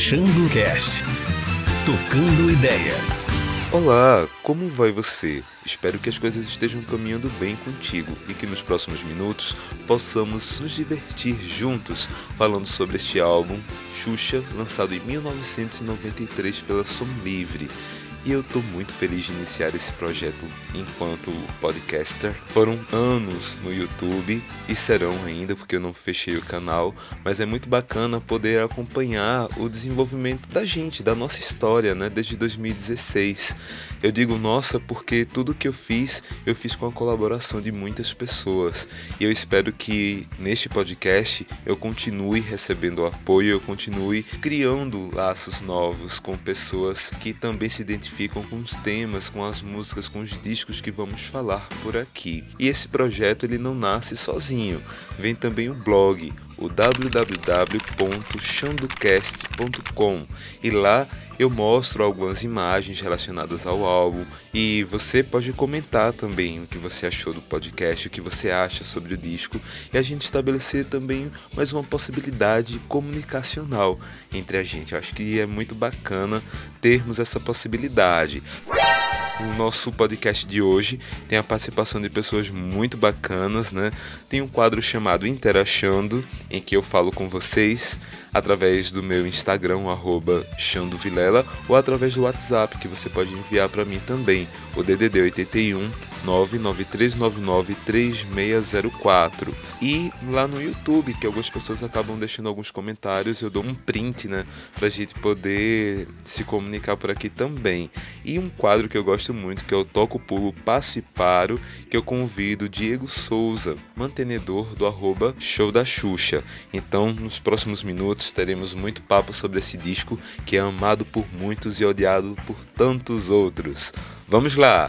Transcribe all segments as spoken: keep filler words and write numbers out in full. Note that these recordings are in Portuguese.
XanduCast, tocando ideias. Olá, como vai você? Espero que as coisas estejam caminhando bem contigo e que nos próximos minutos possamos nos divertir juntos falando sobre este álbum, Xuxa, lançado em mil novecentos e noventa e três pela Som Livre. E eu tô muito feliz de iniciar esse projeto enquanto podcaster. Foram anos no YouTube e serão ainda, porque eu não fechei o canal, mas é muito bacana poder acompanhar o desenvolvimento da gente, da nossa história, né, desde dois mil e dezesseis. Eu digo nossa porque tudo que eu fiz, eu fiz com a colaboração de muitas pessoas. E eu espero que neste podcast eu continue recebendo apoio, eu continue criando laços novos com pessoas que também se identificam com os temas, com as músicas, com os discos que vamos falar por aqui. E esse projeto ele não nasce sozinho, vem também o blog, o w w w ponto xanducast ponto com, e lá eu mostro algumas imagens relacionadas ao álbum e você pode comentar também o que você achou do podcast, o que você acha sobre o disco, e a gente estabelecer também mais uma possibilidade comunicacional entre a gente. Eu acho que é muito bacana termos essa possibilidade. O nosso podcast de hoje tem a participação de pessoas muito bacanas, né? Tem um quadro chamado Interachando, em que eu falo com vocês através do meu Instagram, arroba xandovilela, ou através do WhatsApp, que você pode enviar para mim também, o D D D oito um nove nove três nove nove três seis zero quatro. E lá no YouTube, que algumas pessoas acabam deixando alguns comentários, eu dou um print, né, pra gente poder se comunicar por aqui também. E um quadro que eu gosto muito, que é o Toco, Pulo, Passo e Paro, que eu convido Diego Souza, mantenedor do arroba Show da Xuxa. Então, nos próximos minutos, teremos muito papo sobre esse disco que é amado por muitos e odiado por tantos outros. Vamos lá!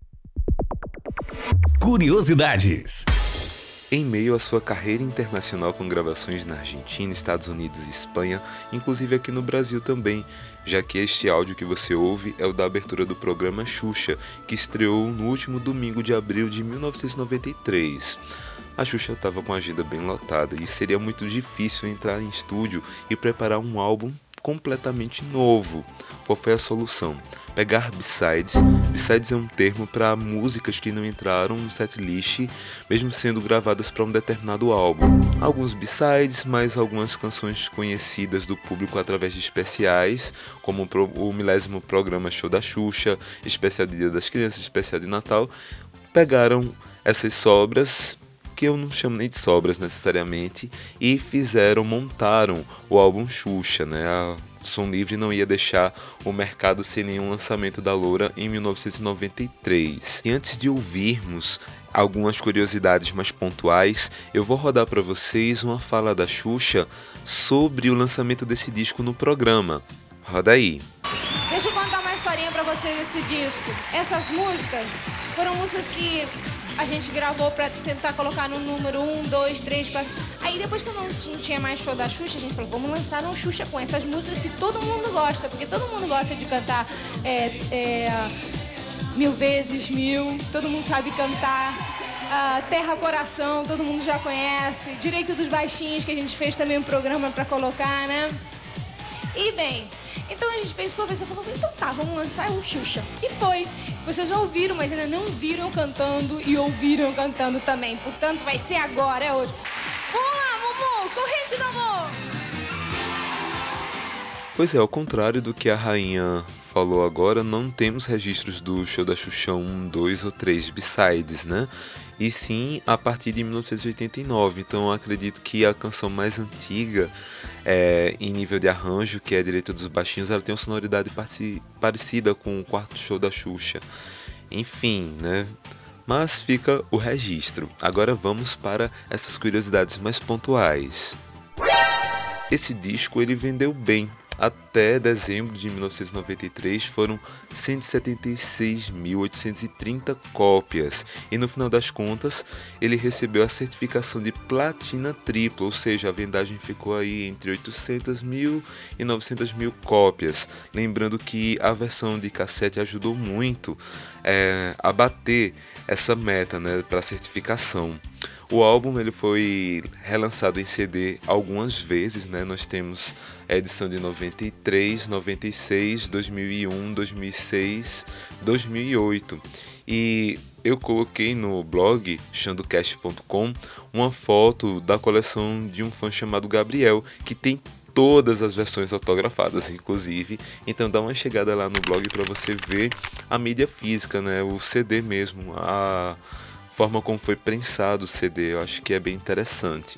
Curiosidades. Em meio à sua carreira internacional com gravações na Argentina, Estados Unidos e Espanha, inclusive aqui no Brasil também, já que este áudio que você ouve é o da abertura do programa Xuxa, que estreou no último domingo de abril de mil novecentos e noventa e três. A Xuxa estava com a agenda bem lotada e seria muito difícil entrar em estúdio e preparar um álbum completamente novo. Qual foi a solução? Pegar B-sides. B-sides é um termo para músicas que não entraram no setlist, mesmo sendo gravadas para um determinado álbum. Alguns B-sides, mais algumas canções conhecidas do público através de especiais, como o milésimo programa Show da Xuxa, especial de Dia das Crianças, especial de Natal, pegaram essas sobras, que eu não chamo nem de sobras necessariamente, e fizeram, montaram o álbum Xuxa, né? A Som Livre não ia deixar o mercado sem nenhum lançamento da loura em mil novecentos e noventa e três. E antes de ouvirmos algumas curiosidades mais pontuais, eu vou rodar para vocês uma fala da Xuxa sobre o lançamento desse disco no programa. Roda aí. Deixa eu contar uma historinha pra vocês desse disco. Essas músicas foram músicas que a gente gravou pra tentar colocar no número um, dois, três, quatro. Aí depois, quando não tinha mais show da Xuxa, a gente falou, vamos lançar um Xuxa com essas músicas que todo mundo gosta, porque todo mundo gosta de cantar é, é, mil vezes mil, todo mundo sabe cantar. Uh, Terra Coração, todo mundo já conhece. Direito dos Baixinhos, que a gente fez também um programa pra colocar, né? E bem, então a gente pensou, pensou, falou, então tá, vamos lançar o Xuxa. E foi. Vocês já ouviram, mas ainda não viram eu cantando e ouviram eu cantando também. Portanto, vai ser agora, é hoje. Vamos lá, Mumu, corrente do amor! Pois é, ao contrário do que a rainha falou agora, não temos registros do Show da Xuxa um, dois ou três B-sides, né? E sim a partir de mil novecentos e oitenta e nove, então eu acredito que a canção mais antiga, é, em nível de arranjo, que é Direito dos Baixinhos, ela tem uma sonoridade parecida com o quarto show da Xuxa. Enfim, né? Mas fica o registro. Agora vamos para essas curiosidades mais pontuais. Esse disco ele vendeu bem. Até dezembro de mil novecentos e noventa e três foram cento e setenta e seis mil oitocentos e trinta cópias e no final das contas ele recebeu a certificação de platina tripla, ou seja, a vendagem ficou aí entre oitocentos mil e novecentos mil cópias. Lembrando que a versão de cassete ajudou muito é, a bater essa meta, né, para certificação. O álbum ele foi relançado em C D algumas vezes, né? Nós temos a edição de noventa e três, noventa e seis, dois mil e um, dois mil e seis, dois mil e oito. E eu coloquei no blog xandocast ponto com uma foto da coleção de um fã chamado Gabriel, que tem todas as versões autografadas, inclusive. Então dá uma chegada lá no blog para você ver a mídia física, né? O C D mesmo, a forma como foi prensado o C D, eu acho que é bem interessante.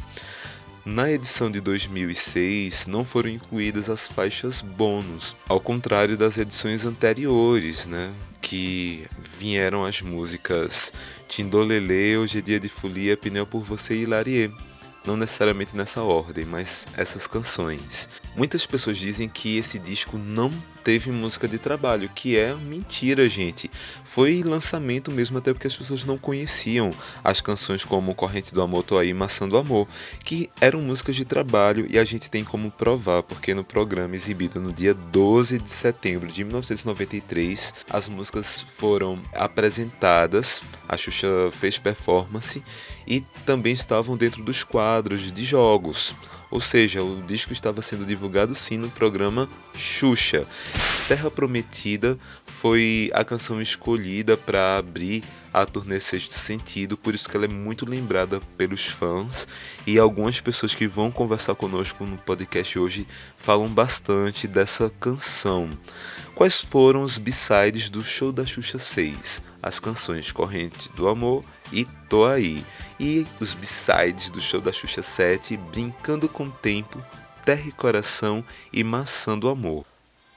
Na edição de dois mil e seis não foram incluídas as faixas bônus, ao contrário das edições anteriores, né, que vieram as músicas Tindolelê, Hoje é Dia de Folia, Pneu por Você e Hilarie. Não necessariamente nessa ordem, mas essas canções. Muitas pessoas dizem que esse disco não teve música de trabalho, que é mentira, gente. Foi lançamento mesmo, até porque as pessoas não conheciam as canções como Corrente do Amor, Tô Aí, Maçã do Amor, que eram músicas de trabalho, e a gente tem como provar, porque no programa exibido no dia doze de setembro de mil novecentos e noventa e três, as músicas foram apresentadas, a Xuxa fez performance, e também estavam dentro dos quadros de jogos. Ou seja, o disco estava sendo divulgado sim no programa Xuxa. Terra Prometida foi a canção escolhida para abrir a turnê Sexto Sentido, por isso que ela é muito lembrada pelos fãs, e algumas pessoas que vão conversar conosco no podcast hoje falam bastante dessa canção. Quais foram os B-sides do Show da Xuxa seis? As canções Corrente do Amor e Tô Aí. E os B-sides do Show da Xuxa sete, Brincando com o Tempo, Terra e Coração e Maçã do Amor.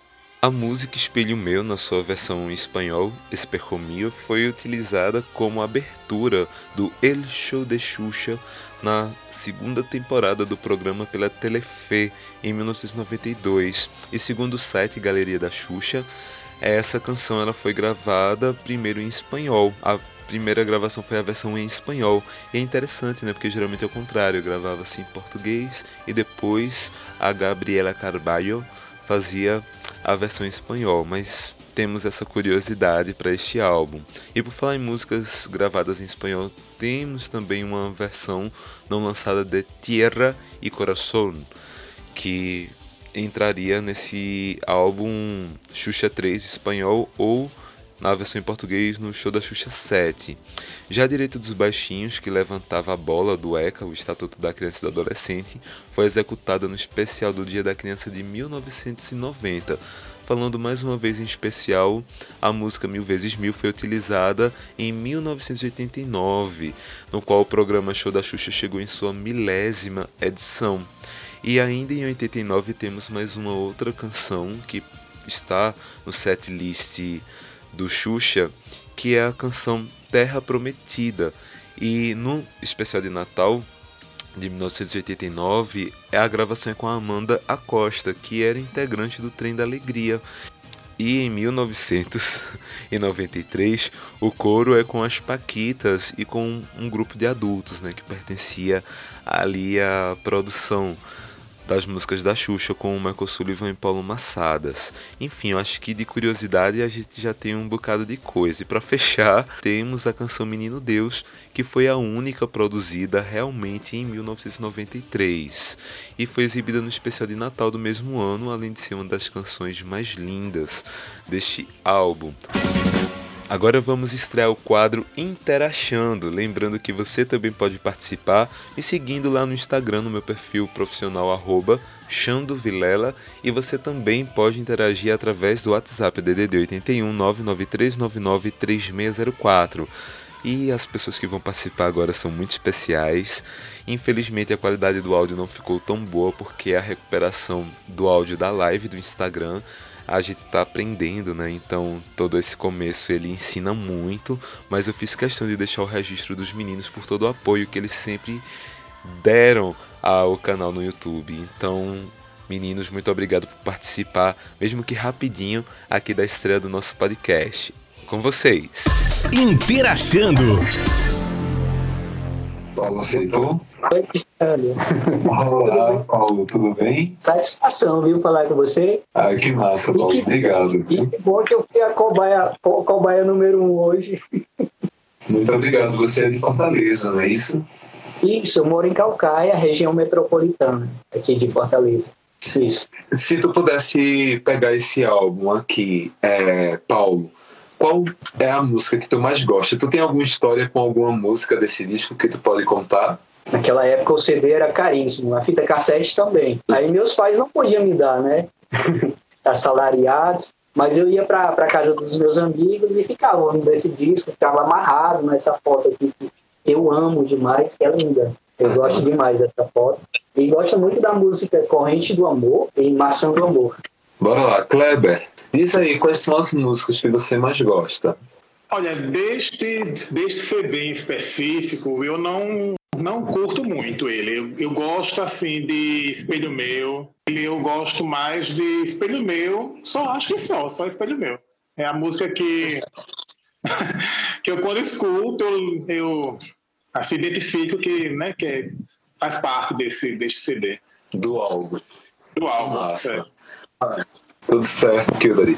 A música Espelho Meu, na sua versão em espanhol, Espejo Mío, foi utilizada como abertura do El Show de Xuxa na segunda temporada do programa pela Telefe, em mil novecentos e noventa e dois. E segundo o site Galeria da Xuxa, essa canção ela foi gravada primeiro em espanhol. A primeira gravação foi a versão em espanhol. E é interessante, né? Porque geralmente é o contrário, gravava-se em português e depois a Gabriela Carballo fazia a versão em espanhol, mas temos essa curiosidade para este álbum. E por falar em músicas gravadas em espanhol, temos também uma versão não lançada de Tierra y Corazón, que entraria nesse álbum Xuxa três espanhol ou na versão em português no Show da Xuxa sete. Já Direito dos Baixinhos, que levantava a bola do E C A, o Estatuto da Criança e do Adolescente, foi executada no especial do Dia da Criança de mil novecentos e noventa. Falando mais uma vez em especial, a música Mil Vezes Mil foi utilizada em mil novecentos e oitenta e nove, no qual o programa Show da Xuxa chegou em sua milésima edição. E ainda em oitenta e nove temos mais uma outra canção que está no setlist do Xuxa, que é a canção Terra Prometida. E no especial de Natal de mil novecentos e oitenta e nove, a gravação é com a Amanda Acosta, que era integrante do Trem da Alegria. E em mil novecentos e noventa e três, o coro é com as Paquitas e com um grupo de adultos, né, que pertencia ali à produção das músicas da Xuxa, com o Michael Sullivan e Paulo Massadas. Enfim, eu acho que de curiosidade a gente já tem um bocado de coisa. E para fechar, temos a canção Menino Deus, que foi a única produzida realmente em mil novecentos e noventa e três. E foi exibida no especial de Natal do mesmo ano, além de ser uma das canções mais lindas deste álbum. Agora vamos estrear o quadro Interachando, lembrando que você também pode participar me seguindo lá no Instagram, no meu perfil profissional, arroba Xando Vilela, e você também pode interagir através do WhatsApp D D D oito um nove nove três nove nove três seis zero quatro. E as pessoas que vão participar agora são muito especiais. Infelizmente a qualidade do áudio não ficou tão boa, porque a recuperação do áudio da live do Instagram a gente está aprendendo, né? Então todo esse começo ele ensina muito, mas eu fiz questão de deixar o registro dos meninos por todo o apoio que eles sempre deram ao canal no YouTube. Então, meninos, muito obrigado por participar, mesmo que rapidinho, aqui da estreia do nosso podcast. Com vocês. Interachando. Paulo aceitou? Oi, Olá, Paulo, tudo bem? Satisfação, viu, falar com você. Ah, que massa, Paulo, obrigado. E que bom que eu fui a cobaia, co- cobaia número um hoje. Muito obrigado. Você é de Fortaleza, não é isso? Isso, eu moro em Calcaia, região metropolitana, aqui de Fortaleza. Isso. Se tu pudesse pegar esse álbum aqui, é, Paulo, qual é a música que tu mais gosta? Tu tem alguma história com alguma música desse disco que tu pode contar? Naquela época o C D era caríssimo, a fita cassete também. Aí meus pais não podiam me dar, né? Assalariados. Mas eu ia para a casa dos meus amigos e ficava ouvindo esse disco, ficava amarrado nessa foto aqui que eu amo demais, que é linda. Eu gosto demais dessa foto. E gosto muito da música Corrente do Amor e Maçã do Amor. Bora lá, Kleber. Diz aí quais são as músicas que você mais gosta. Olha, deste, deste C D em específico, eu não, não curto muito ele. Eu, eu gosto, assim, de Espelho Meu. Eu gosto mais de Espelho Meu. Só, acho que só, só Espelho Meu. É a música que, que eu, quando escuto, eu, eu assim, identifico que, né, que faz parte desse, desse C D. Do álbum. Do álbum, Nossa. é. Ah, tudo certo, Kildare.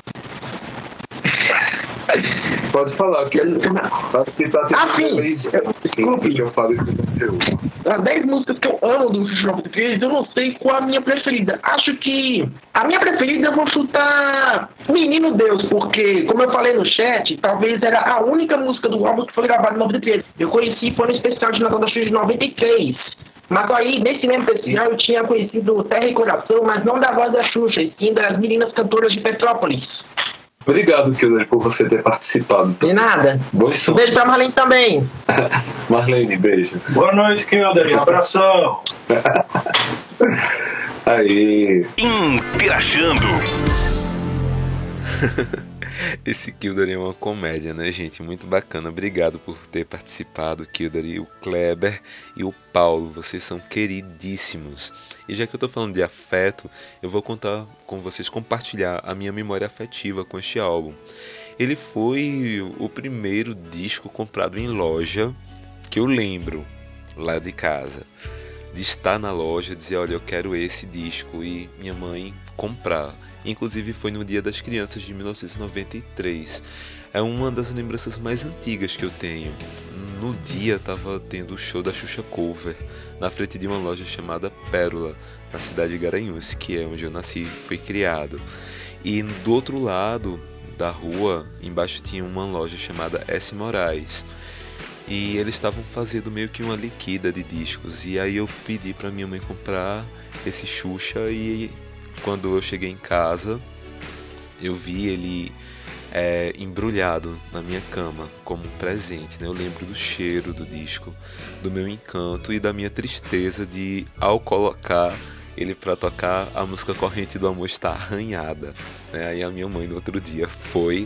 Pode falar, que pode tentar ter Ah, sim. vez Desculpe. que eu falo que aconteceu. As dez músicas que eu amo do Xuxa noventa e três, eu não sei qual a minha preferida. Acho que a minha preferida eu vou chutar Menino Deus, porque, como eu falei no chat, talvez era a única música do álbum que foi gravada em noventa e três. Eu conheci, foi no especial de Natal da Xuxa de noventa e três. Mas aí, nesse mesmo especial, eu tinha conhecido Terra e Coração, mas não da voz da Xuxa, e sim das meninas cantoras de Petrópolis. Obrigado, Kildare, por você ter participado. De nada. Bom Um som. beijo pra Marlene também. Marlene, beijo. Boa noite, Kildare. Abração. Aí. Interachando. Esse Kildare é uma comédia, né, gente? Muito bacana. Obrigado por ter participado, Kildare, o Kleber e o Paulo. Vocês são queridíssimos. E já que eu tô falando de afeto, eu vou contar com vocês, compartilhar a minha memória afetiva com este álbum. Ele foi o primeiro disco comprado em loja que eu lembro, lá de casa. De estar na loja, dizer, olha, eu quero esse disco, e minha mãe comprar. Inclusive foi no Dia das Crianças de mil novecentos e noventa e três. É uma das lembranças mais antigas que eu tenho. No dia estava tendo o show da Xuxa Cover na frente de uma loja chamada Pérola, na cidade de Garanhuns, que é onde eu nasci e fui criado. E do outro lado da rua, embaixo, tinha uma loja chamada S. Moraes. E eles estavam fazendo meio que uma liquida de discos. E aí eu pedi para minha mãe comprar esse Xuxa, e quando eu cheguei em casa, eu vi ele é, embrulhado na minha cama como um presente, né? Eu lembro do cheiro do disco, do meu encanto e da minha tristeza de, ao colocar ele para tocar, a música Corrente do Amor está arranhada, né? Aí a minha mãe no outro dia foi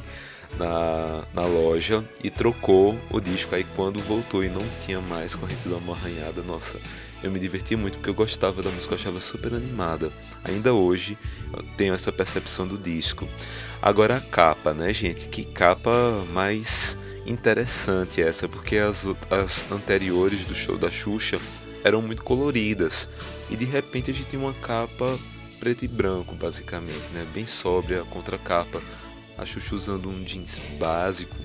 na, na loja e trocou o disco. Aí quando voltou e não tinha mais Corrente do Amor arranhada, nossa, eu me diverti muito, porque eu gostava da música, eu achava super animada. Ainda hoje eu tenho essa percepção do disco. Agora a capa, né, gente? Que capa mais interessante essa, porque as, as anteriores do show da Xuxa eram muito coloridas. E de repente a gente tem uma capa preto e branco, basicamente, né? Bem sóbria, a contracapa. A Xuxa usando um jeans básico.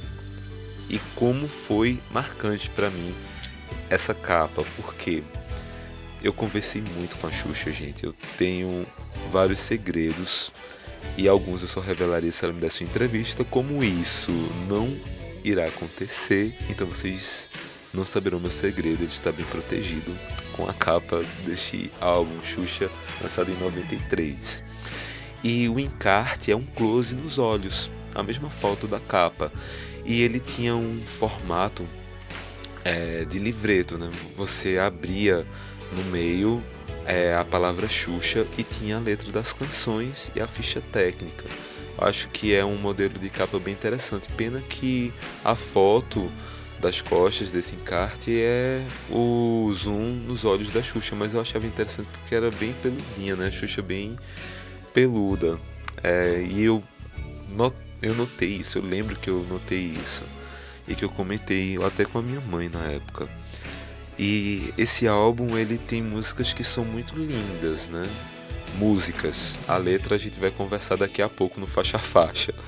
E como foi marcante pra mim essa capa, porque eu conversei muito com a Xuxa, gente. Eu tenho vários segredos e alguns eu só revelaria se ela me desse uma entrevista. Como isso não irá acontecer, então vocês não saberão meu segredo. Ele está bem protegido com a capa deste álbum Xuxa, lançado em noventa e três. E o encarte é um close nos olhos, a mesma foto da capa. E ele tinha um formato é, de livreto, né? Você abria no meio é, a palavra Xuxa e tinha a letra das canções e a ficha técnica. Acho que é um modelo de capa bem interessante. Pena que a foto das costas desse encarte é o zoom nos olhos da Xuxa, mas eu achava interessante porque era bem peludinha, né? A Xuxa bem peluda. É, e eu, not, eu notei isso, eu lembro que eu notei isso e que eu comentei até com a minha mãe na época. E esse álbum, ele tem músicas que são muito lindas, né? Músicas. A letra a gente vai conversar daqui a pouco no Faixa a Faixa.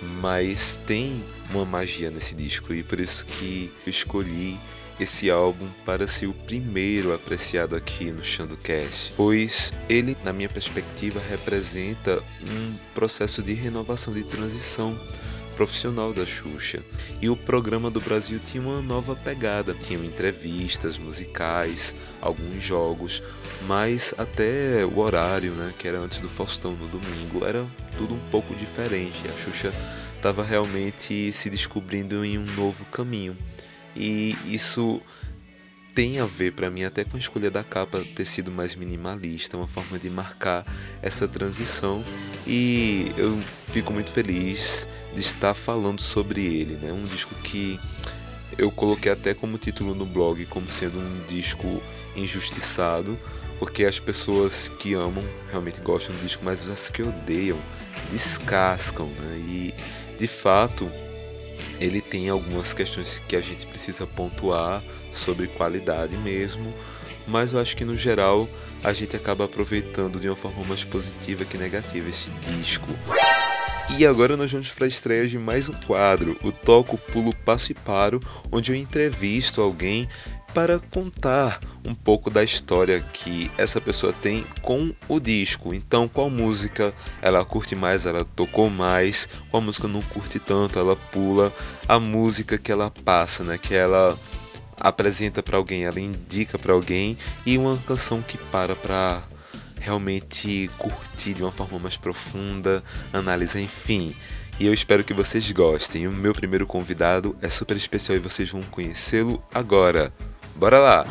mas tem uma magia nesse disco e por isso que eu escolhi esse álbum para ser o primeiro apreciado aqui no Xandocast, pois ele, na minha perspectiva, representa um processo de renovação, de transição profissional da Xuxa. E o programa do Brasil tinha uma nova pegada, tinham entrevistas musicais, alguns jogos, mas até o horário, né, que era antes do Faustão no domingo, era tudo um pouco diferente. A Xuxa estava realmente se descobrindo em um novo caminho. E isso tem a ver para mim até com a escolha da capa ter sido mais minimalista, uma forma de marcar essa transição, e eu fico muito feliz de estar falando sobre ele, né? Um disco que eu coloquei até como título no blog como sendo um disco injustiçado, porque as pessoas que amam realmente gostam do disco, mas as que odeiam descascam, né? E de fato ele tem algumas questões que a gente precisa pontuar sobre qualidade mesmo, mas eu acho que no geral a gente acaba aproveitando de uma forma mais positiva que negativa esse disco. E agora nós vamos para a estreia de mais um quadro, o Toco, Pulo, Passo e Paro, onde eu entrevisto alguém para contar um pouco da história que essa pessoa tem com o disco. Então, qual música ela curte mais, ela tocou mais, qual música não curte tanto, ela pula, a música que ela passa, né, que ela apresenta para alguém, ela indica para alguém, e uma canção que para para realmente curtir de uma forma mais profunda, analisar, enfim. E eu espero que vocês gostem. O meu primeiro convidado é super especial e vocês vão conhecê-lo agora. Bora lá!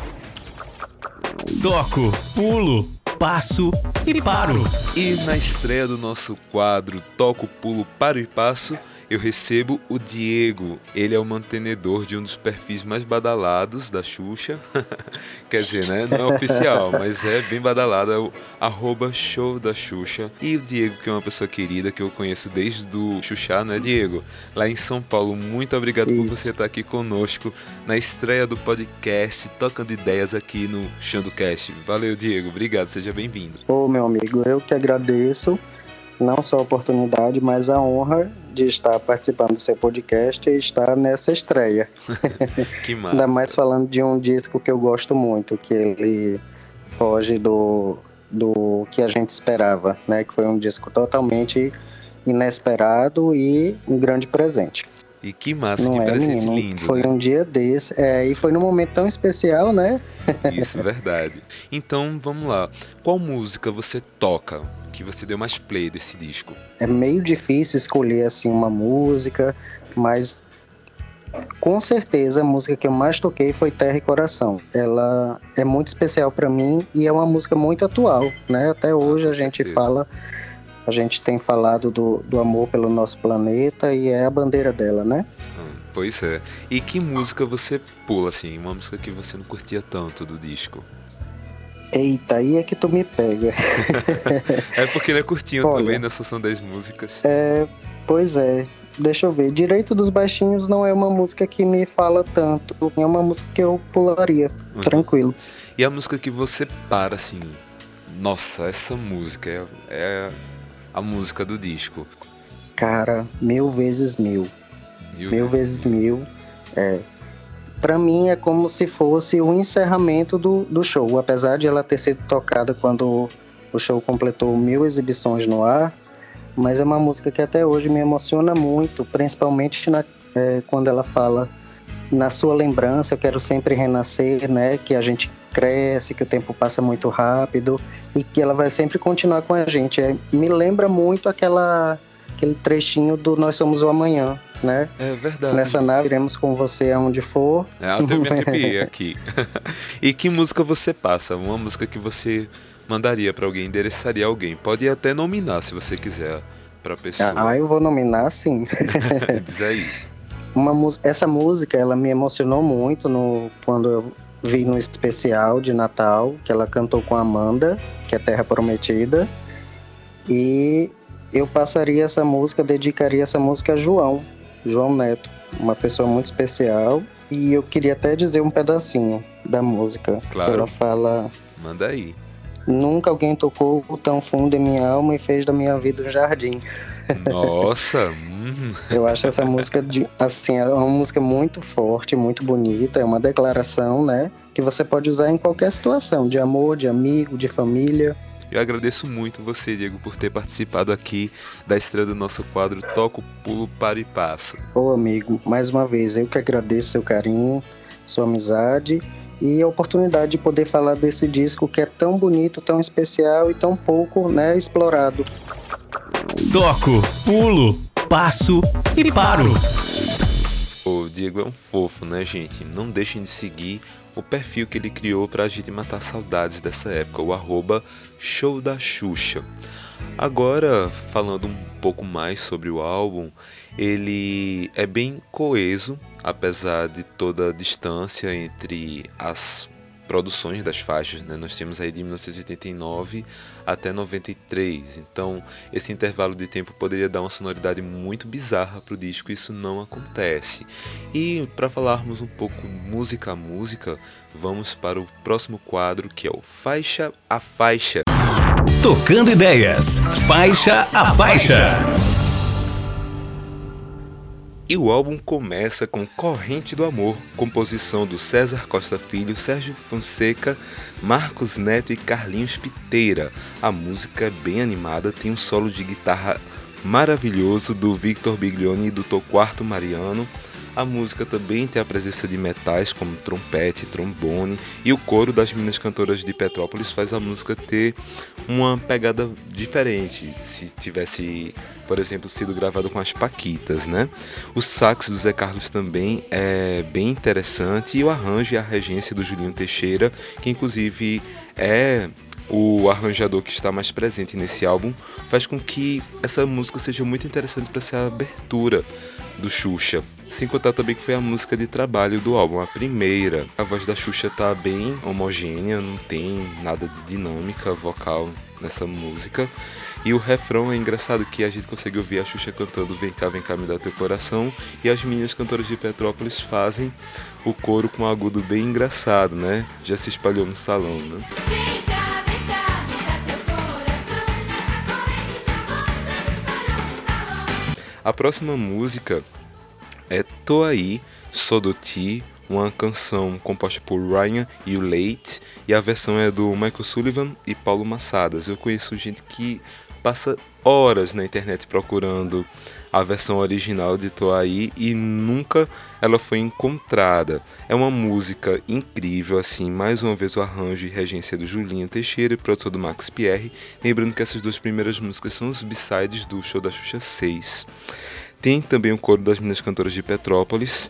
Toco, pulo, passo e paro. E na estreia do nosso quadro Toco, Pulo, Paro e Passo, eu recebo o Diego. Ele é o mantenedor de um dos perfis mais badalados da Xuxa. Quer dizer, né? Não é oficial, mas é bem badalado. É o arroba show da Xuxa. E o Diego, que é uma pessoa querida, que eu conheço desde o Xuxa, né, Diego? Lá em São Paulo. Muito obrigado Isso. por você estar aqui conosco na estreia do podcast, tocando ideias aqui no Xandocast. Valeu, Diego. Obrigado. Seja bem-vindo. Ô, meu amigo, eu que agradeço. Não só a oportunidade, mas a honra de estar participando do seu podcast e estar nessa estreia. Que massa. Ainda mais falando de um disco que eu gosto muito, que ele foge do, do que a gente esperava, né? Que foi um disco totalmente inesperado e um grande presente. E que massa, Não que é, presente menino? lindo. Foi né? um dia desse, é, e foi num momento tão especial, né? Isso, verdade. Então, vamos lá. Qual música você toca, que você deu mais play desse disco? É meio difícil escolher, assim, uma música, mas com certeza a música que eu mais toquei foi Terra e Coração. Ela é muito especial para mim e é uma música muito atual, né? Até hoje ah, a gente certeza. fala... A gente tem falado do, do amor pelo nosso planeta e é a bandeira dela, né? Hum, pois é. E que música você pula, assim? Uma música que você não curtia tanto do disco? Eita, aí é que tu me pega. É porque ele é curtinho Olha, também, né? Só são dez músicas. É, pois é. Deixa eu ver. Direito dos Baixinhos não é uma música que me fala tanto. É uma música que eu pularia, uhum. tranquilo. E a música que você para, assim... Nossa, essa música é... é... a música do disco? Cara, mil vezes mil. Mil, mil vezes mil. mil. É. Pra mim é como se fosse o encerramento do, do show. Apesar de ela ter sido tocada quando o show completou mil exibições no ar, mas é uma música que até hoje me emociona muito, principalmente na, é, quando ela fala na sua lembrança, eu quero sempre renascer, né? Que a gente cresce, que o tempo passa muito rápido e que ela vai sempre continuar com a gente. É, me lembra muito aquela, aquele trechinho do Nós Somos o Amanhã, né? É verdade. Nessa nave iremos com você aonde for. É, até eu me arrepiei aqui. E que música você passa? Uma música que você mandaria pra alguém, endereçaria alguém? Pode até nominar, se você quiser, pra pessoa. Ah, eu vou nominar, sim. Diz aí. Uma, essa música, ela me emocionou muito no, quando eu vi no especial de Natal, que ela cantou com a Amanda, que é Terra Prometida. E eu passaria essa música, dedicaria essa música a João, João Neto, uma pessoa muito especial. E eu queria até dizer um pedacinho da música. Claro. Que ela fala... Manda aí. Nunca alguém tocou tão fundo em minha alma e fez da minha vida um jardim. Nossa! hum. Eu acho essa música, de, assim, é uma música muito forte, muito bonita, é uma declaração, né, que você pode usar em qualquer situação, de amor, de amigo, de família. Eu agradeço muito você, Diego, por ter participado aqui da estreia do nosso quadro Toco, Pulo, Paro e Passo. Ô amigo, mais uma vez, eu que agradeço seu carinho, sua amizade e a oportunidade de poder falar desse disco que é tão bonito, tão especial e tão pouco, né, explorado. Toco, pulo, passo e paro. O Diego é um fofo, né, gente? Não deixem de seguir o perfil que ele criou pra gente matar saudades dessa época, o arroba Show da Xuxa. Agora, falando um pouco mais sobre o álbum, ele é bem coeso, apesar de toda a distância entre as produções das faixas, né? Nós temos aí de mil novecentos e oitenta e nove até noventa e três, então esse intervalo de tempo poderia dar uma sonoridade muito bizarra para o disco, e isso não acontece. E para falarmos um pouco música a música, vamos para o próximo quadro, que é o Faixa a Faixa. Tocando ideias, faixa a faixa. E o álbum começa com Corrente do Amor, composição do César Costa Filho, Sérgio Fonseca, Marcos Neto e Carlinhos Piteira. A música é bem animada, tem um solo de guitarra maravilhoso do Victor Biglione e do Torquato Mariano. A música também tem a presença de metais como trompete, trombone, e o coro das meninas cantoras de Petrópolis faz a música ter uma pegada diferente se tivesse, por exemplo, sido gravado com as Paquitas, né? O sax do Zé Carlos também é bem interessante, e o arranjo e a regência do Julinho Teixeira, que inclusive é o arranjador que está mais presente nesse álbum, faz com que essa música seja muito interessante para ser a abertura do Xuxa. Sem contar também que foi a música de trabalho do álbum, a primeira. A voz da Xuxa tá bem homogênea, não tem nada de dinâmica vocal nessa música. E o refrão é engraçado, que a gente consegue ouvir a Xuxa cantando Vem cá, vem cá, me dá teu coração, e as meninas cantoras de Petrópolis fazem o coro com um agudo bem engraçado, né? Já se espalhou no salão, né? A próxima música é Tô Aí, Sou do Ti, uma canção composta por Ryan e o Leite, e a versão é do Michael Sullivan e Paulo Massadas. Eu conheço gente que passa horas na internet procurando a versão original de Tô Aí e nunca ela foi encontrada. É uma música incrível, assim, mais uma vez o arranjo e regência do Julinho Teixeira e produção do Max Pierre, lembrando que essas duas primeiras músicas são os B-sides do Show da Xuxa seis. Tem também o coro das meninas cantoras de Petrópolis,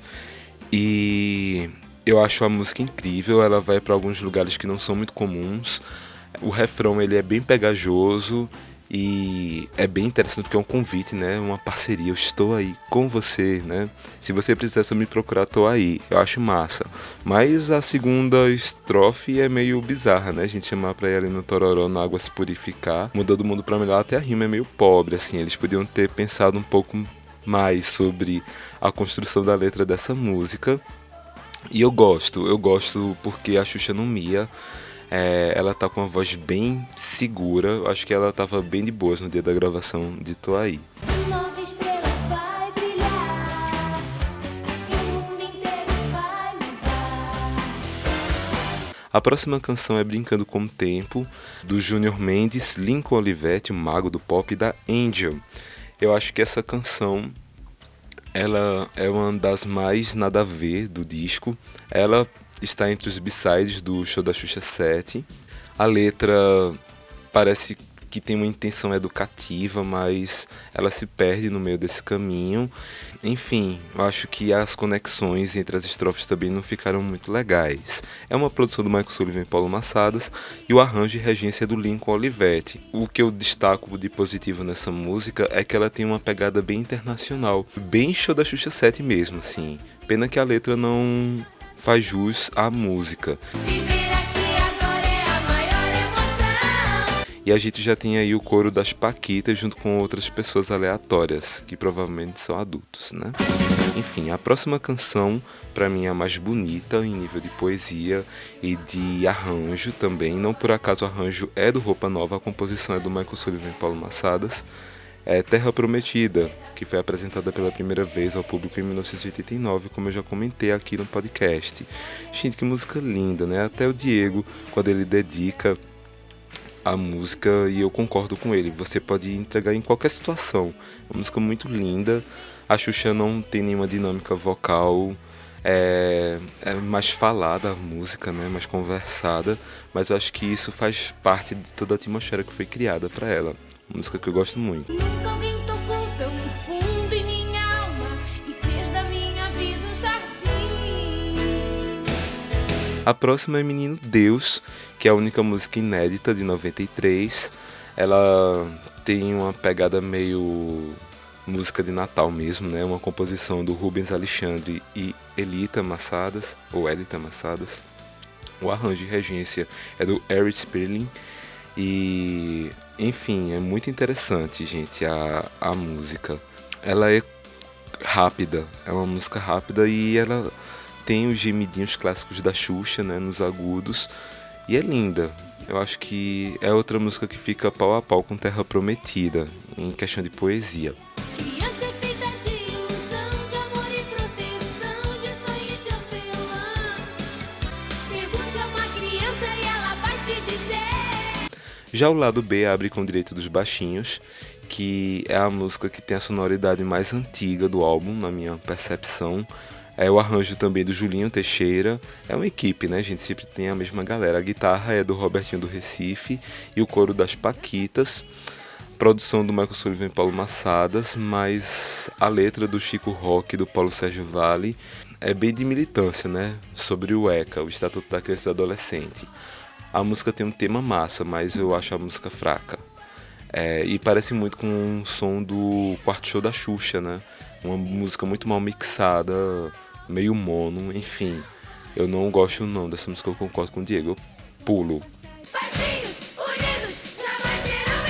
e eu acho a música incrível, ela vai para alguns lugares que não são muito comuns. O refrão ele é bem pegajoso e é bem interessante porque é um convite, né? Uma parceria, eu estou aí com você, né? Se você precisar só me procurar, tô aí. Eu acho massa. Mas a segunda estrofe é meio bizarra, né? A gente chamar pra ir ali no Tororó, na água se purificar, mudando o mundo pra melhor, até a rima é meio pobre, assim. Eles podiam ter pensado um pouco mais sobre a construção da letra dessa música. E eu gosto, eu gosto porque a Xuxa não mia. É, ela tá com uma voz bem segura. Eu acho que ela tava bem de boas no dia da gravação de Tô Aí. Nova estrela vai brilhar, e o mundo inteiro vai mudar. A próxima canção é Brincando com o Tempo, do Júnior Mendes, Lincoln Olivetti, o mago do pop, e da Angel. Eu acho que essa canção ela é uma das mais nada a ver do disco. Ela está entre os B-sides do Show da Xuxa sete. A letra parece que tem uma intenção educativa, mas ela se perde no meio desse caminho. Enfim, eu acho que as conexões entre as estrofes também não ficaram muito legais. É uma produção do Michael Sullivan e Paulo Massadas, e o arranjo e regência é do Lincoln Olivetti. O que eu destaco de positivo nessa música é que ela tem uma pegada bem internacional, bem Show da Xuxa sete mesmo, assim. Pena que a letra não faz jus à música. Viver aqui agora é a maior emoção. E a gente já tem aí o coro das Paquitas junto com outras pessoas aleatórias, que provavelmente são adultos, né? Enfim, a próxima canção, pra mim, é a mais bonita em nível de poesia e de arranjo também. Não por acaso o arranjo é do Roupa Nova, a composição é do Michael Sullivan e Paulo Massadas. É Terra Prometida, que foi apresentada pela primeira vez ao público em mil novecentos e oitenta e nove, como eu já comentei aqui no podcast. Gente, que música linda, né? Até o Diego, quando ele dedica a música, e eu concordo com ele, você pode entregar em qualquer situação. É uma música muito linda. A Xuxa não tem nenhuma dinâmica vocal, é, é mais falada a música, né? Mais conversada, mas eu acho que isso faz parte de toda a atmosfera que foi criada para ela. Uma música que eu gosto muito. Nunca alguém tocou tão fundo em minha alma e fez da minha vida um jardim. A próxima é Menino Deus, que é a única música inédita de noventa e três. Ela tem uma pegada meio música de Natal mesmo, né? Uma composição do Rubens Alexandre e Elita Massadas, ou Elita Massadas. O arranjo e regência é do Eric Sperling. E, enfim, é muito interessante, gente, a, a música. Ela é rápida, é uma música rápida e ela tem os gemidinhos clássicos da Xuxa, né, nos agudos, e é linda. Eu acho que é outra música que fica pau a pau com Terra Prometida, em questão de poesia. Criança é feita de ilusão, de amor e proteção, de sonho e de hortelã. Pergunte a uma criança e ela vai te dizer. Já o lado B abre com Direito dos Baixinhos, que é a música que tem a sonoridade mais antiga do álbum, na minha percepção. É o arranjo também do Julinho Teixeira. É uma equipe, né? A gente sempre tem a mesma galera. A guitarra é do Robertinho do Recife e o coro das Paquitas. Produção do Michael Sullivan e Paulo Massadas, mas a letra do Chico Roque e do Paulo Sérgio Vale é bem de militância, né? Sobre o ECA, o Estatuto da Criança e do Adolescente. A música tem um tema massa, mas eu acho a música fraca. É, e parece muito com um som do Quarto Show da Xuxa, né? Uma música muito mal mixada, meio mono, enfim. Eu não gosto não dessa música, eu concordo com o Diego, eu pulo. Baixinhos, unidos, jamais serão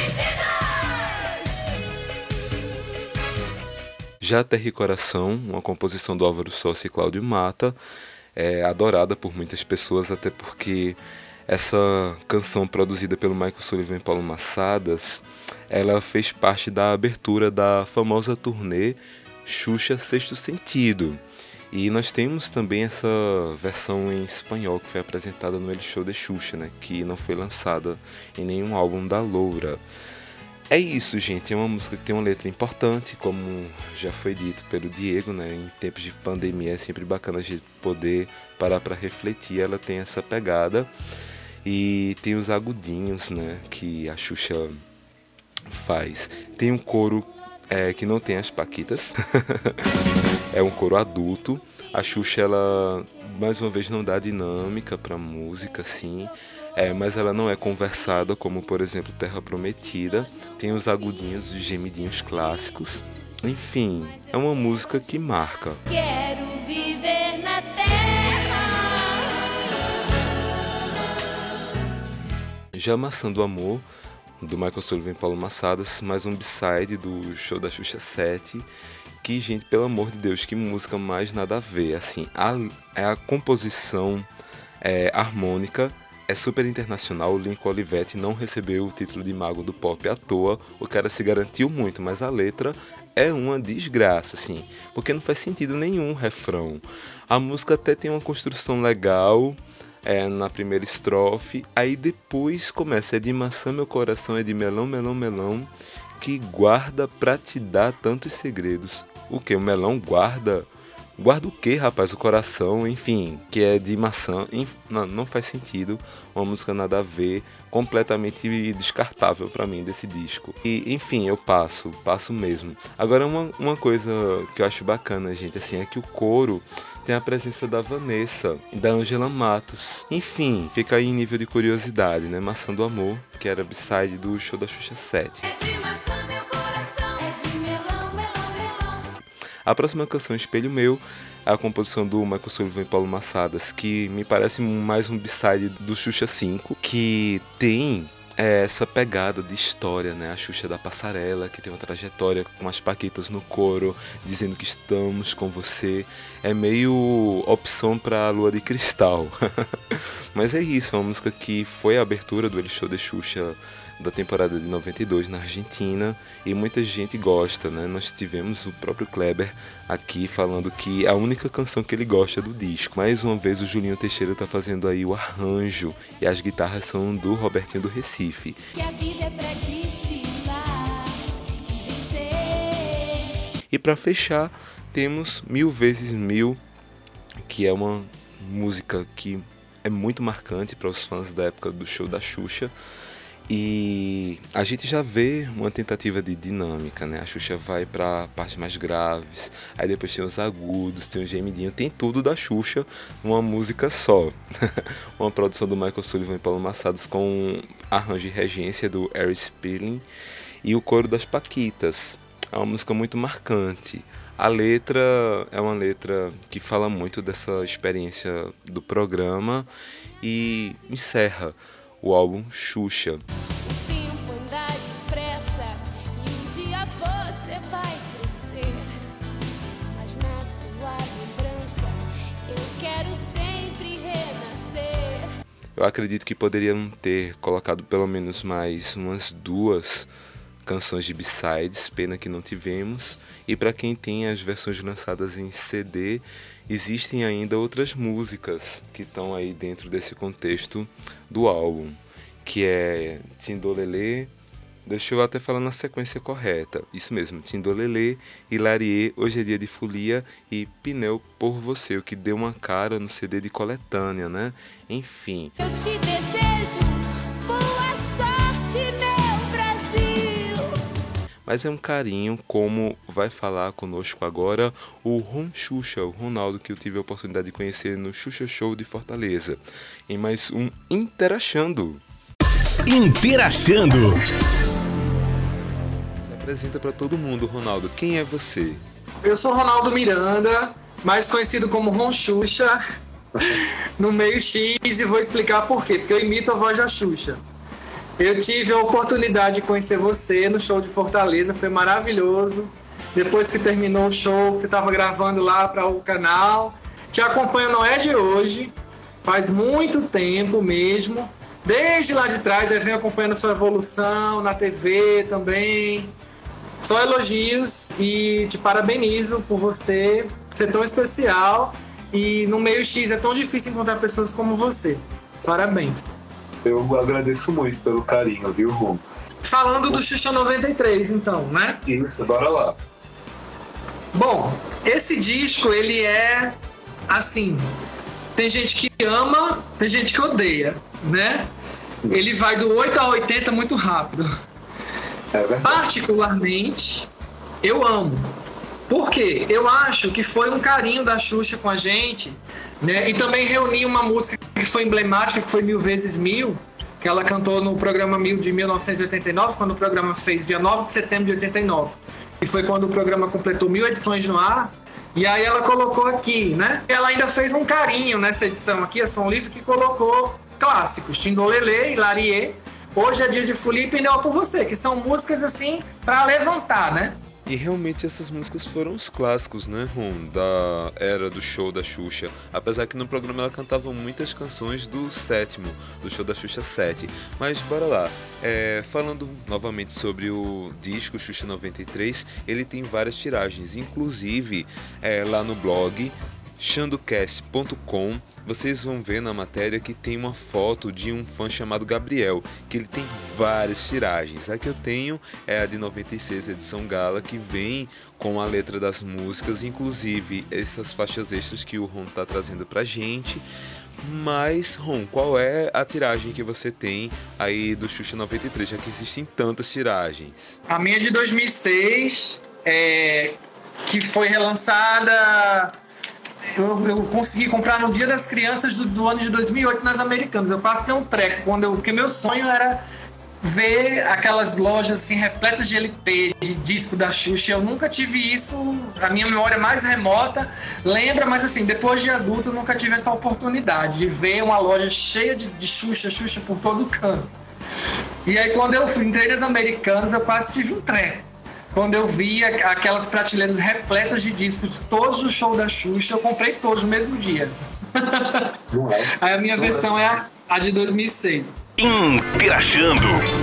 vencidos. Já Terra e Coração, uma composição do Álvaro Sossi e Cláudio Mata, é adorada por muitas pessoas, até porque essa canção produzida pelo Michael Sullivan e Paulo Massadas, ela fez parte da abertura da famosa turnê Xuxa Sexto Sentido. E nós temos também essa versão em espanhol que foi apresentada no El Show de Xuxa, né, que não foi lançada em nenhum álbum da Loura. É isso, gente, é uma música que tem uma letra importante, como já foi dito pelo Diego, né, em tempos de pandemia é sempre bacana a gente poder parar para refletir, ela tem essa pegada e tem os agudinhos, né, que a Xuxa faz. Tem um coro é, que não tem as Paquitas, é um coro adulto. A Xuxa, ela mais uma vez não dá dinâmica pra música, assim, é, mas ela não é conversada, como por exemplo Terra Prometida. Tem os agudinhos, os gemidinhos clássicos. Enfim, é uma música que marca. Quero viver na terra. Já Maçã do Amor, do Michael Sullivan e Paulo Massadas, mais um B-side do Show da Xuxa sete, que, gente, pelo amor de Deus, que música mais nada a ver, assim, a, a composição é, harmônica é super internacional. O Lincoln Olivetti não recebeu o título de mago do pop à toa, o cara se garantiu muito, mas a letra é uma desgraça, assim, porque não faz sentido nenhum o refrão. A música até tem uma construção legal, É, na primeira estrofe, aí depois começa, é de maçã meu coração, é de melão, melão, melão, que guarda pra te dar tantos segredos. O que? O melão guarda? Guarda o que, rapaz? O coração, enfim, que é de maçã, enf... não, não faz sentido, uma música nada a ver, completamente descartável pra mim desse disco. E, enfim, eu passo, passo mesmo. Agora, uma, uma coisa que eu acho bacana, gente, assim, é que o coro tem a presença da Vanessa e da Angela Matos. Enfim, fica aí em nível de curiosidade, né? Maçã do Amor, que era B-side do Show da Xuxa sete. É de maçã meu coração, é de melão, melão, melão. A próxima canção, Espelho Meu, é a composição do Michael Sullivan e Paulo Massadas, que me parece mais um B-side do Xuxa cinco, que tem é essa pegada de história, né? A Xuxa da Passarela, que tem uma trajetória com as paquitas no coro, dizendo que estamos com você. É meio opção pra Lua de Cristal. Mas é isso, é uma música que foi a abertura do El Show de Xuxa da temporada de noventa e dois na Argentina, e muita gente gosta, né? Nós tivemos o próprio Kleber aqui falando que a única canção que ele gosta do disco. Mais uma vez o Julinho Teixeira tá fazendo aí o arranjo, e as guitarras são do Robertinho do Recife. Que a vida é pra desfilar e vencer. E para fechar, temos Mil Vezes Mil, que é uma música que é muito marcante para os fãs da época do show da Xuxa. E a gente já vê uma tentativa de dinâmica, né? A Xuxa vai para partes mais graves, aí depois tem os agudos, tem o gemidinho, tem tudo da Xuxa numa música só. Uma produção do Michael Sullivan e Paulo Massadas com arranjo e regência do Harry Spilling e o coro das Paquitas. É uma música muito marcante. A letra é uma letra que fala muito dessa experiência do programa e encerra o álbum Xuxa. O tempo anda depressa e um dia você vai crescer. Mas na sua lembrança eu quero sempre renascer. Eu acredito que poderiam ter colocado pelo menos mais umas duas canções de B-sides, pena que não tivemos. E para quem tem as versões lançadas em C D, existem ainda outras músicas que estão aí dentro desse contexto do álbum, que é Tindolelê, deixa eu até falar na sequência correta, isso mesmo, Tindolelê, Hilarie, Hoje é Dia de Folia e Pneu por Você, o que deu uma cara no C D de coletânea, né? Enfim. Eu te desejo boa sorte, meu Brasil. Mas é um carinho, como vai falar conosco agora o Ron Xuxa, o Ronaldo, que eu tive a oportunidade de conhecer no Xuxa Show de Fortaleza, em mais um Interachando. Interachando. Se apresenta para todo mundo, Ronaldo. Quem é você? Eu sou Ronaldo Miranda, mais conhecido como Ron Xuxa, no meio X, e vou explicar por quê. Porque eu imito a voz da Xuxa. Eu tive a oportunidade de conhecer você no show de Fortaleza, foi maravilhoso. Depois que terminou o show, você estava gravando lá para o canal. Te acompanho, não é de hoje, faz muito tempo mesmo. Desde lá de trás, eu venho acompanhando a sua evolução na T V também. Só elogios e te parabenizo por você ser tão especial. E no meio X é tão difícil encontrar pessoas como você. Parabéns. Eu agradeço muito pelo carinho, viu, Ron? Falando do Xuxa noventa e três, então, né? Isso, bora lá. Bom, esse disco, ele é assim, tem gente que ama, tem gente que odeia, né? Ele vai do oito a oitenta muito rápido. É verdade. Particularmente, eu amo. Por quê? Eu acho que foi um carinho da Xuxa com a gente, né? E também reuni uma música que foi emblemática, que foi Mil Vezes Mil, que ela cantou no programa Mil de mil novecentos e oitenta e nove, quando o programa fez dia nove de setembro de oitenta e nove. E foi quando o programa completou mil edições no ar. E aí ela colocou aqui, né? Ela ainda fez um carinho nessa edição aqui, a Som Livre, que colocou clássicos, Tindolelê, Hilarie, Hoje é Dia de Folia e Pneu por Você, que são músicas assim pra levantar, né? E realmente essas músicas foram os clássicos, né, Ron, da era do show da Xuxa. Apesar que no programa ela cantava muitas canções do sétimo, do show da Xuxa sete. Mas bora lá, é, falando novamente sobre o disco Xuxa noventa e três, ele tem várias tiragens, inclusive é, lá no blog xandocast ponto com, vocês vão ver na matéria que tem uma foto de um fã chamado Gabriel, que ele tem várias tiragens. A que eu tenho é a de noventa e seis, edição Gala, que vem com a letra das músicas, inclusive essas faixas extras que o Ron tá trazendo pra gente. Mas, Ron, qual é a tiragem que você tem aí do Xuxa noventa e três, já que existem tantas tiragens? A minha é de dois mil e seis, é, que foi relançada... Eu, eu consegui comprar no Dia das Crianças do, do ano de dois mil e oito nas Americanas. Eu quase tenho um treco, quando eu, porque meu sonho era ver aquelas lojas assim, repletas de L P, de disco da Xuxa. Eu nunca tive isso, a minha memória mais remota lembra, mas assim, depois de adulto eu nunca tive essa oportunidade de ver uma loja cheia de, de Xuxa, Xuxa por todo canto. E aí quando eu fui, entrei nas Americanas, eu quase tive um trem. Quando eu vi aquelas prateleiras repletas de discos, todos os shows da Xuxa, eu comprei todos no mesmo dia. Aí a minha versão é a, a de dois mil e seis. Interachando.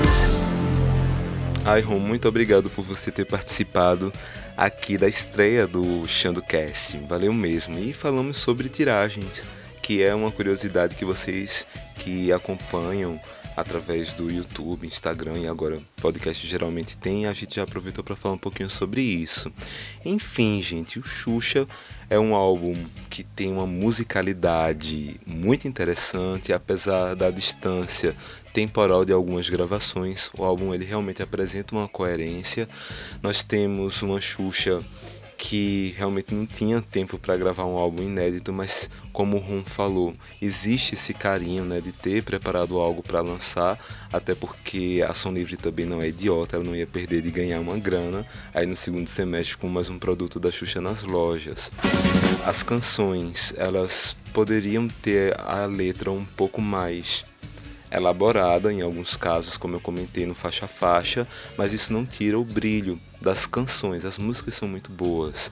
Ai, Ron, muito obrigado por você ter participado aqui da estreia do XandoCast. Valeu mesmo. E falamos sobre tiragens, que é uma curiosidade que vocês que acompanham através do YouTube, Instagram e agora podcast geralmente tem, a gente já aproveitou para falar um pouquinho sobre isso. Enfim, gente, o Xuxa é um álbum que tem uma musicalidade muito interessante, apesar da distância temporal de algumas gravações. O álbum ele realmente apresenta uma coerência. Nós temos uma Xuxa que realmente não tinha tempo para gravar um álbum inédito, mas como o Ron falou, existe esse carinho, né, de ter preparado algo para lançar, até porque a Som Livre também não é idiota, ela não ia perder de ganhar uma grana aí no segundo semestre com mais um produto da Xuxa nas lojas. As canções, elas poderiam ter a letra um pouco mais elaborada em alguns casos, como eu comentei no Faixa a Faixa, mas isso não tira o brilho das canções. As músicas são muito boas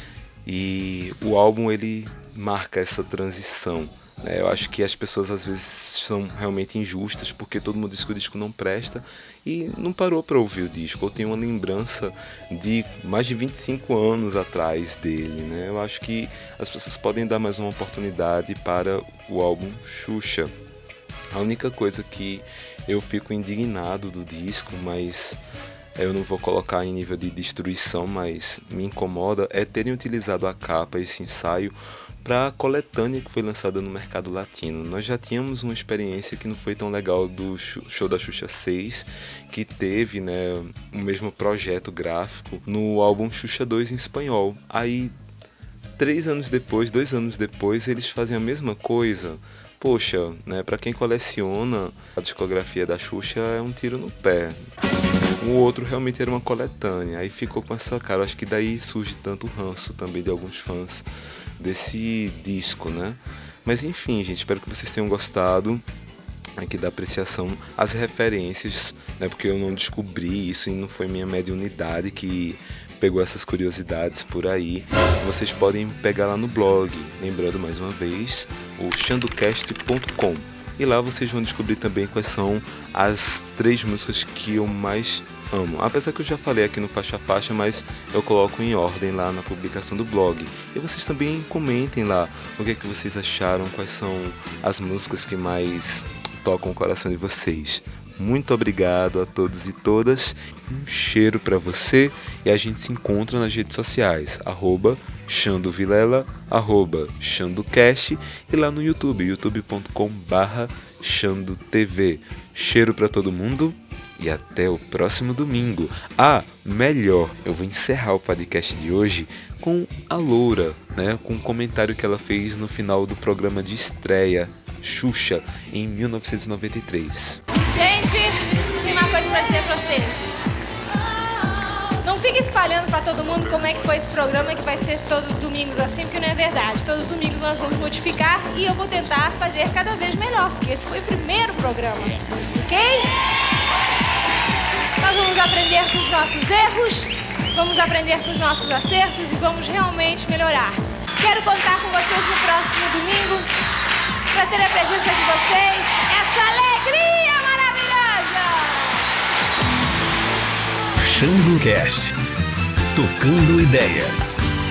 e o álbum ele marca essa transição, né? Eu acho que as pessoas às vezes são realmente injustas porque todo mundo diz que o disco não presta e não parou para ouvir o disco. Eu tenho uma lembrança de mais de vinte e cinco anos atrás dele, né? Eu acho que as pessoas podem dar mais uma oportunidade para o álbum Xuxa. A única coisa que eu fico indignado do disco, mas eu não vou colocar em nível de destruição, mas me incomoda, é terem utilizado a capa, esse ensaio, para a coletânea que foi lançada no mercado latino. Nós já tínhamos uma experiência que não foi tão legal do show da Xuxa seis, que teve, né, o mesmo projeto gráfico no álbum Xuxa dois em espanhol. Aí, três anos depois, dois anos depois, eles fazem a mesma coisa. Poxa, né, pra quem coleciona a discografia da Xuxa é um tiro no pé. O outro realmente era uma coletânea, aí ficou com essa cara. Acho que daí surge tanto ranço também de alguns fãs desse disco, né? Mas enfim, gente, espero que vocês tenham gostado aqui da apreciação, as referências, né? Porque eu não descobri isso e não foi minha mediunidade que pegou essas curiosidades por aí. Vocês podem pegar lá no blog, lembrando mais uma vez, o xandocast ponto com. E lá vocês vão descobrir também quais são as três músicas que eu mais amo. Apesar que eu já falei aqui no Faixa a Faixa, mas eu coloco em ordem lá na publicação do blog. E vocês também comentem lá o que é que vocês acharam, quais são as músicas que mais tocam o coração de vocês. Muito obrigado a todos e todas, um cheiro pra você e a gente se encontra nas redes sociais, arroba Xando Vilela, arroba XandoCast e lá no YouTube, youtube ponto com barra Xando T V. Cheiro pra todo mundo e até o próximo domingo. Ah, melhor, eu vou encerrar o podcast de hoje com a Loura, né, com um comentário que ela fez no final do programa de estreia Xuxa em mil novecentos e noventa e três. Gente, tem uma coisa pra dizer pra vocês. Não fique espalhando pra todo mundo como é que foi esse programa, que vai ser todos os domingos assim, porque não é verdade. Todos os domingos nós vamos modificar e eu vou tentar fazer cada vez melhor, porque esse foi o primeiro programa, ok? Nós vamos aprender com os nossos erros, vamos aprender com os nossos acertos e vamos realmente melhorar. Quero contar com vocês no próximo domingo para ter a presença de vocês, essa alegria maravilhosa! XandoCast, tocando ideias.